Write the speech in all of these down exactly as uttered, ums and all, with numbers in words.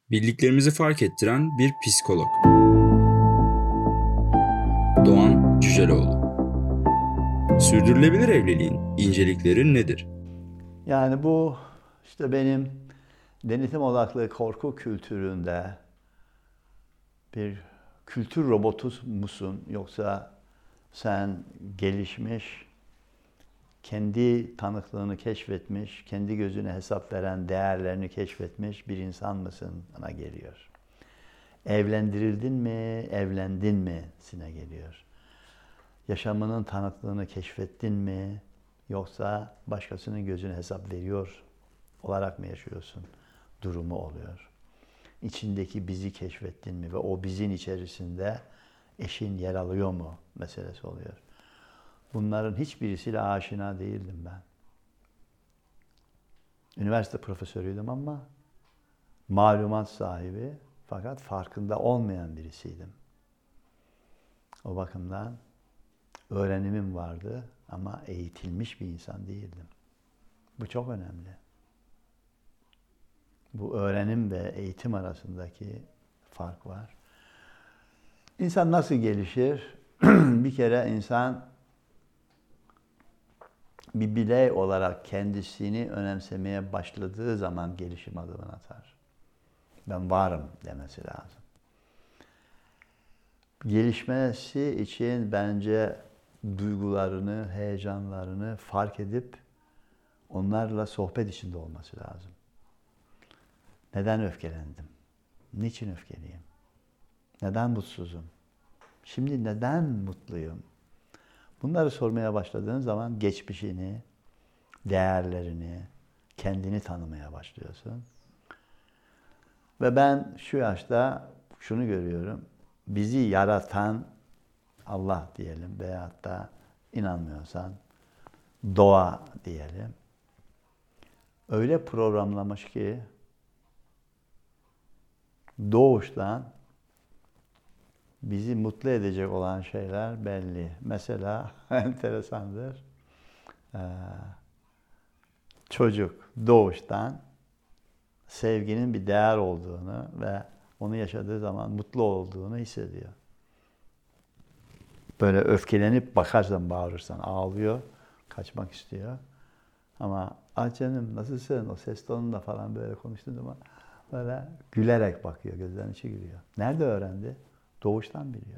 Bildiklerimizi fark ettiren bir psikolog. Doğan Cüceloğlu. Sürdürülebilir evliliğin incelikleri nedir? Yani bu işte benim denetim odaklı korku kültüründe bir kültür robotu musun, yoksa sen gelişmiş, kendi tanıklığını keşfetmiş, kendi gözüne hesap veren değerlerini keşfetmiş bir insan mısın bana geliyor. Evlendirildin mi, evlendin mi sine geliyor. Yaşamının tanıklığını keşfettin mi, yoksa başkasının gözüne hesap veriyor olarak mı yaşıyorsun durumu oluyor. İçindeki bizi keşfettin mi ve o bizin içerisinde eşin yer alıyor mu meselesi oluyor. Bunların hiçbirisiyle aşina değildim ben. Üniversite profesörüydüm ama malumat sahibi fakat farkında olmayan birisiydim. O bakımdan öğrenimim vardı ama eğitilmiş bir insan değildim. Bu çok önemli. Bu öğrenim ve eğitim arasındaki fark var. İnsan nasıl gelişir? Bir kere insan bir birey olarak kendisini önemsemeye başladığı zaman gelişim adımını atar. Ben varım demesi lazım. Gelişmesi için bence duygularını, heyecanlarını fark edip onlarla sohbet içinde olması lazım. Neden öfkelendim? Niçin öfkeliyim? Neden mutsuzum? Şimdi neden mutluyum? Bunları sormaya başladığın zaman geçmişini, değerlerini, kendini tanımaya başlıyorsun. Ve ben şu yaşta şunu görüyorum. Bizi yaratan Allah diyelim veyahut da inanmıyorsan doğa diyelim. Öyle programlamış ki doğuştan bizi mutlu edecek olan şeyler belli. Mesela enteresandır. Ee, çocuk doğuştan sevginin bir değer olduğunu ve onu yaşadığı zaman mutlu olduğunu hissediyor. Böyle öfkelenip bakarsan, bağırırsan ağlıyor, kaçmak istiyor. Ama ah canım nasılsın, o ses tonunda falan böyle konuştuğun zaman böyle gülerek bakıyor, gözlerinin içi gülüyor. Nerede öğrendi? Doğuştan biliyor.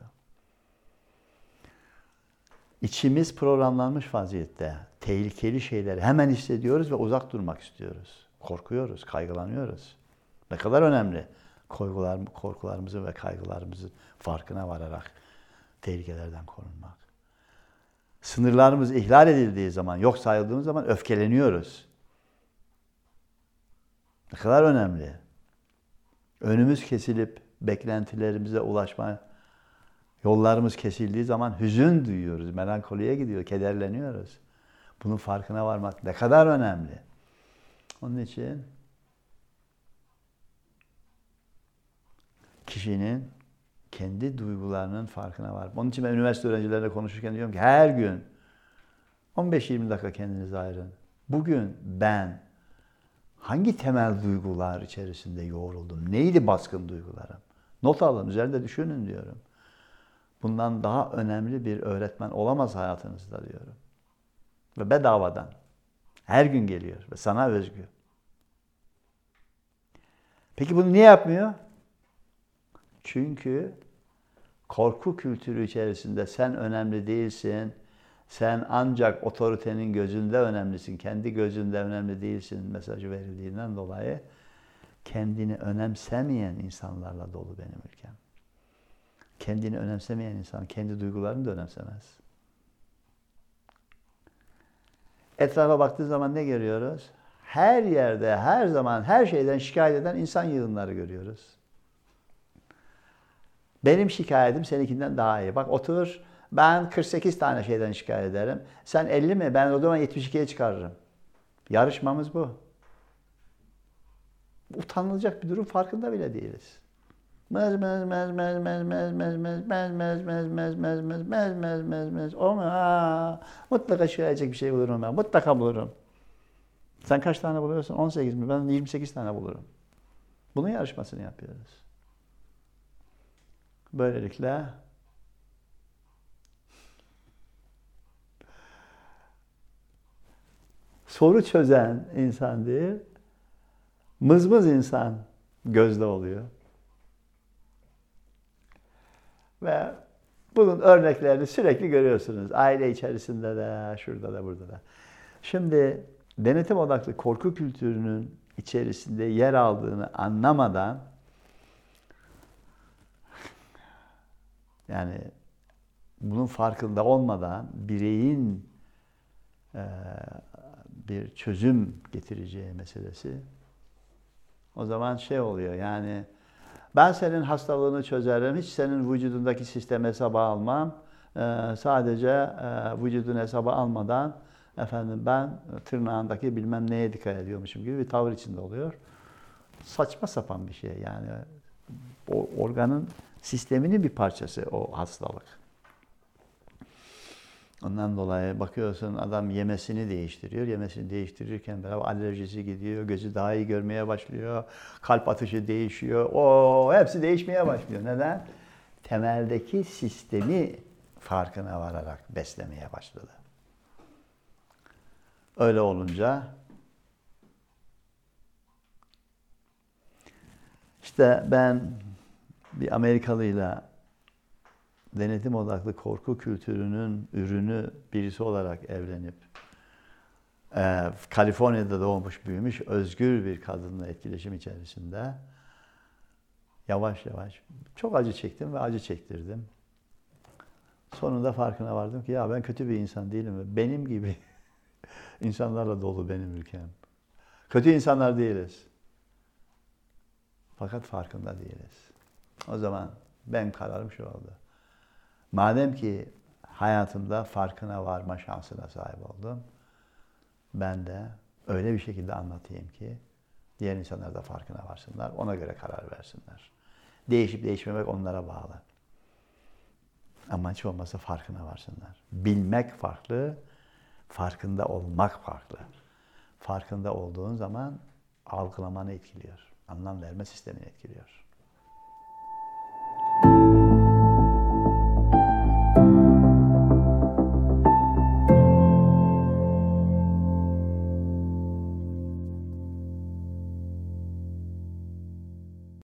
İçimiz programlanmış vaziyette. Tehlikeli şeyleri hemen hissediyoruz ve uzak durmak istiyoruz. Korkuyoruz, kaygılanıyoruz. Ne kadar önemli korkular, korkularımızın ve kaygılarımızın farkına vararak tehlikelerden korunmak. Sınırlarımız ihlal edildiği zaman, yok sayıldığımız zaman öfkeleniyoruz. Ne kadar önemli. Önümüz kesilip beklentilerimize ulaşma yollarımız kesildiği zaman hüzün duyuyoruz, melankoliye gidiyor, kederleniyoruz. Bunun farkına varmak ne kadar önemli. Onun için kişinin kendi duygularının farkına var. Onun için ben üniversite öğrencilerine konuşurken diyorum ki her gün on beş yirmi dakika kendinize ayırın. Bugün ben hangi temel duygular içerisinde yoğruldum? Neydi baskın duygularım? Not alın, üzerinde düşünün diyorum. Bundan daha önemli bir öğretmen olamaz hayatınızda diyorum. Ve bedavadan. Her gün geliyor ve sana özgü. Peki bunu niye yapmıyor? Çünkü korku kültürü içerisinde sen önemli değilsin. Sen ancak otoritenin gözünde önemlisin. Kendi gözünde önemli değilsin mesajı verildiğinden dolayı kendini önemsemeyen insanlarla dolu benim ülkem. Kendini önemsemeyen insan kendi duygularını da önemsemez. Etrafa baktığı zaman ne görüyoruz? Her yerde, her zaman, her şeyden şikayet eden insan yığınları görüyoruz. Benim şikayetim seninkinden daha iyi. Bak otur, ben kırk sekiz tane şeyden şikayet ederim. Sen elli mi? Ben o zaman yetmiş ikiye çıkarırım. Yarışmamız bu. Utanılacak bir durum farkında bile değiliz. Mez mez mez mez mez mez mez mez mez mez mez mez mez mez mez mez mez mez o mu? Aa, mutlaka şikayet bir şey bulurum ben. Mutlaka bulurum. Sen kaç tane buluyorsun? on sekiz mi? Ben yirmi sekiz tane bulurum. Bunun yarışmasını yapıyoruz. Böylelikle soru çözen insan değil, mızmız insan gözde oluyor. Ve bunun örneklerini sürekli görüyorsunuz. Aile içerisinde de, şurada da, burada da. Şimdi denetim odaklı korku kültürünün içerisinde yer aldığını anlamadan, yani bunun farkında olmadan bireyin e, bir çözüm getireceği meselesi, o zaman şey oluyor, yani ben senin hastalığını çözerim, hiç senin vücudundaki sistemi hesaba almam, ee, sadece e, vücudunu hesaba almadan efendim ben tırnağındaki bilmem neye dikkat ediyormuşum gibi bir tavır içinde oluyor. Saçma sapan bir şey yani. O organın sisteminin bir parçası o hastalık. Ondan dolayı bakıyorsun adam yemesini değiştiriyor. Yemesini değiştirirken beraber alerjisi gidiyor, gözü daha iyi görmeye başlıyor, kalp atışı değişiyor. O hepsi değişmeye başlıyor. Neden? Temeldeki sistemi farkına vararak beslemeye başladı. Öyle olunca işte ben bir Amerikalıyla denetim odaklı korku kültürünün ürünü birisi olarak evlenip e, Kaliforniya'da doğmuş büyümüş özgür bir kadınla etkileşim içerisinde yavaş yavaş çok acı çektim ve acı çektirdim. Sonunda farkına vardım ki ya ben kötü bir insan değilim. Benim gibi insanlarla dolu benim ülkem. Kötü insanlar değiliz. Fakat farkında değiliz. O zaman benim kararım şu oldu. Madem ki hayatımda farkına varma şansına sahip oldum, ben de öyle bir şekilde anlatayım ki diğer insanlar da farkına varsınlar, ona göre karar versinler. Değişip değişmemek onlara bağlı. Ama hiç olmazsa farkına varsınlar. Bilmek farklı, farkında olmak farklı. Farkında olduğun zaman algılamanı etkiliyor, anlam verme sistemini etkiliyor.